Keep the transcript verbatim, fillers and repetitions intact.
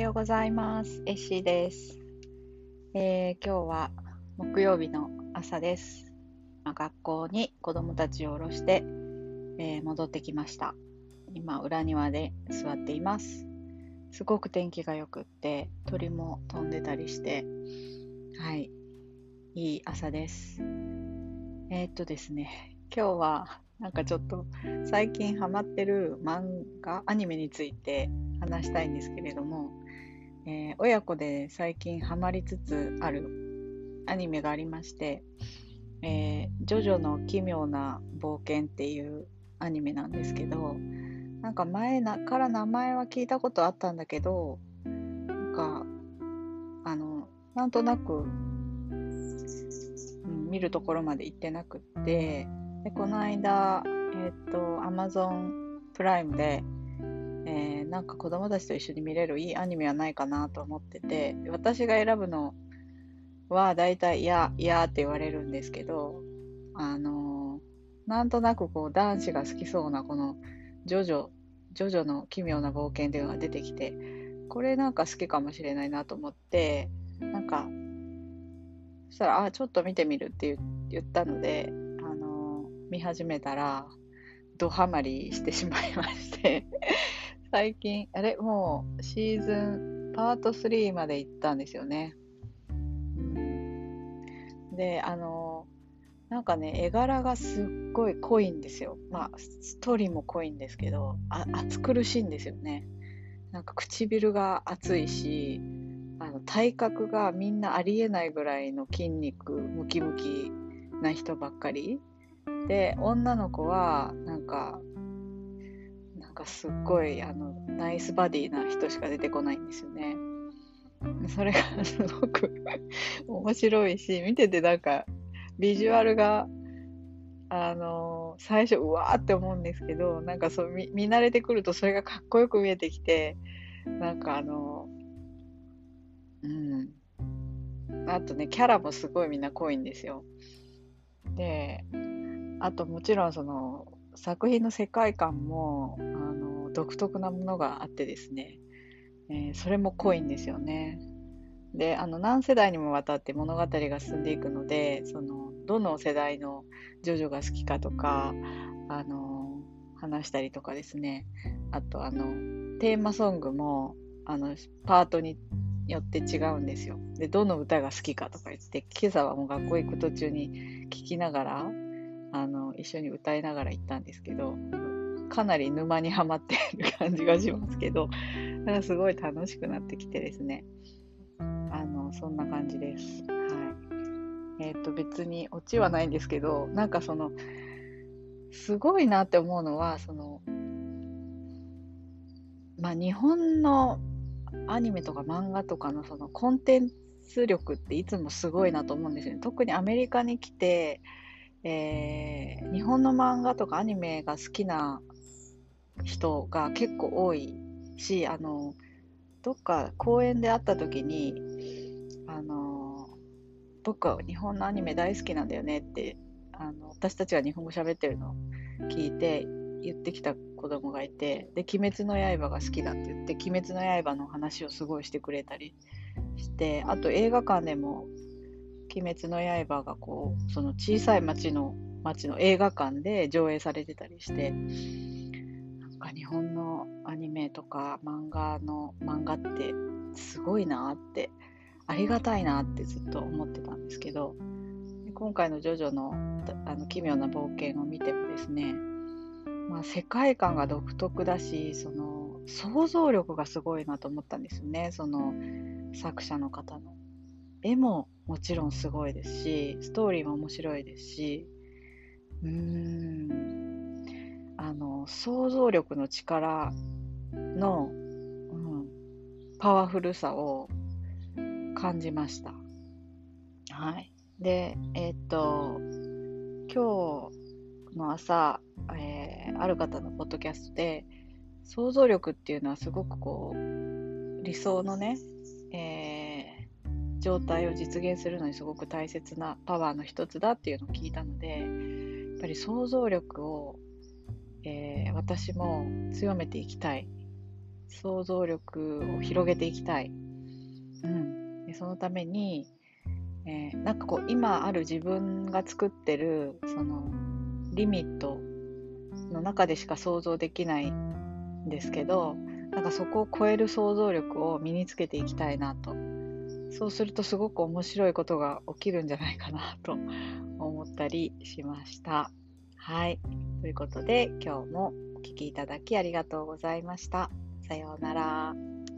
ようございます。エッシーです。えー今日は木曜日の朝です。まあ学校に子供たちを降ろして、えー戻ってきました。今、裏庭で座っています。すごく天気が良くって、鳥も飛んでたりして、はい、いい朝です。えーっとですね、今日はなんかちょっと最近ハマってる漫画、アニメについて話したいんですけれども、えー親子で最近ハマりつつあるアニメがありまして、えージョジョの奇妙な冒険っていうアニメなんですけど、なんか前なから名前は聞いたことあったんだけど、なんか、あの、なんとなく、うん、見るところまで行ってなくって、で、この間、えっと、Amazon プライムで、えーなんか子供たちと一緒に見れるいいアニメはないかなと思ってて、私が選ぶのは大体いや、いやって言われるんですけど、あのーなんとなくこう男子が好きそうなこのジョジョ、ジョジョの奇妙な冒険っていうのが出てきて、これなんか好きかもしれないなと思って、なんか、そしたら、あ、ちょっと見てみるって言言ったので、あのー見始めたら、ドハマりしてしまいまして最近、あれ、もうシーズンパートスリーまで行ったんですよね。で、あの、なんかね、絵柄がすっごい濃いんですよ。まあ、ストーリーも濃いんですけど、あ、暑苦しいんですよね。なんか唇が厚いし、あの体格がみんなありえないぐらいの筋肉ムキムキな人ばっかりで、女の子はなんかなんかすっごいあのナイスバディな人しか出てこないんですよね。それがすごく面白いし、見ててなんかビジュアルがあの最初うわーって思うんですけど、なんかそう見、見慣れてくるとそれがかっこよく見えてきて、なんかあのうんあとね、キャラもすごいみんな濃いんですよ。で、あともちろんその作品の世界観もあの独特なものがあってですね、えーそれも濃いんですよね。で、あの何世代にもわたって物語が進んでいくので、そのどの世代のジョジョが好きかとか、あの話したりとかですね。あとあのテーマソングもあのパートによって違うんですよ。で、どの歌が好きかとか言って、今朝はもう学校行く途中に聞きながら、あの一緒に歌いながら行ったんですけど、かなり沼にはまっている感じがしますけど、なんかすごい楽しくなってきてですね。あの、そんな感じです。はい。えっと、別にオチはないんですけど、なんかその、すごいなって思うのは、その、まあ、日本のアニメとか漫画とかのそのコンテンツ力っていつもすごいなと思うんですよね。特にアメリカに来て、えー日本の漫画とかアニメが好きな人が結構多いし、あの、どっか公園で会った時に、あの、僕は日本のアニメ大好きなんだよねって、あの私たちが日本語喋ってるのを聞いて言ってきた子供がいて、で「鬼滅の刃」が好きだって言って「鬼滅の刃」の話をすごいしてくれたりして、あと映画館でも「鬼滅の刃」がこうその小さい町の町の映画館で上映されてたりして、なんか日本のアニメとか漫画の漫画ってすごいなって、ありがたいなってずっと思ってたんですけど、今回のジョジョのあの奇妙な冒険を見てもですね、まあ、世界観が独特だし、その想像力がすごいなと思ったんですよね。その作者の方の絵ももちろんすごいですし、ストーリーも面白いですし、うーんあの想像力の力の、うん、パワフルさを感じました。はい。で、えーっと、今日の朝、えーある方のポッドキャストで、想像力っていうのはすごくこう、理想のね、えー状態を実現するのにすごく大切なパワーの一つだっていうのを聞いたので、やっぱり想像力を、えー私も強めていきたい。 想像力を広げていきたい。うん、でそのために、えーなんかこう今ある自分が作ってるそのリミットの中でしか想像できないんですけど、なんかそこを超える想像力を身につけていきたいなと。そうするとすごく面白いことが起きるんじゃないかなと思ったりしました。はい。ということで今日もお聞きいただきありがとうございました。さようなら。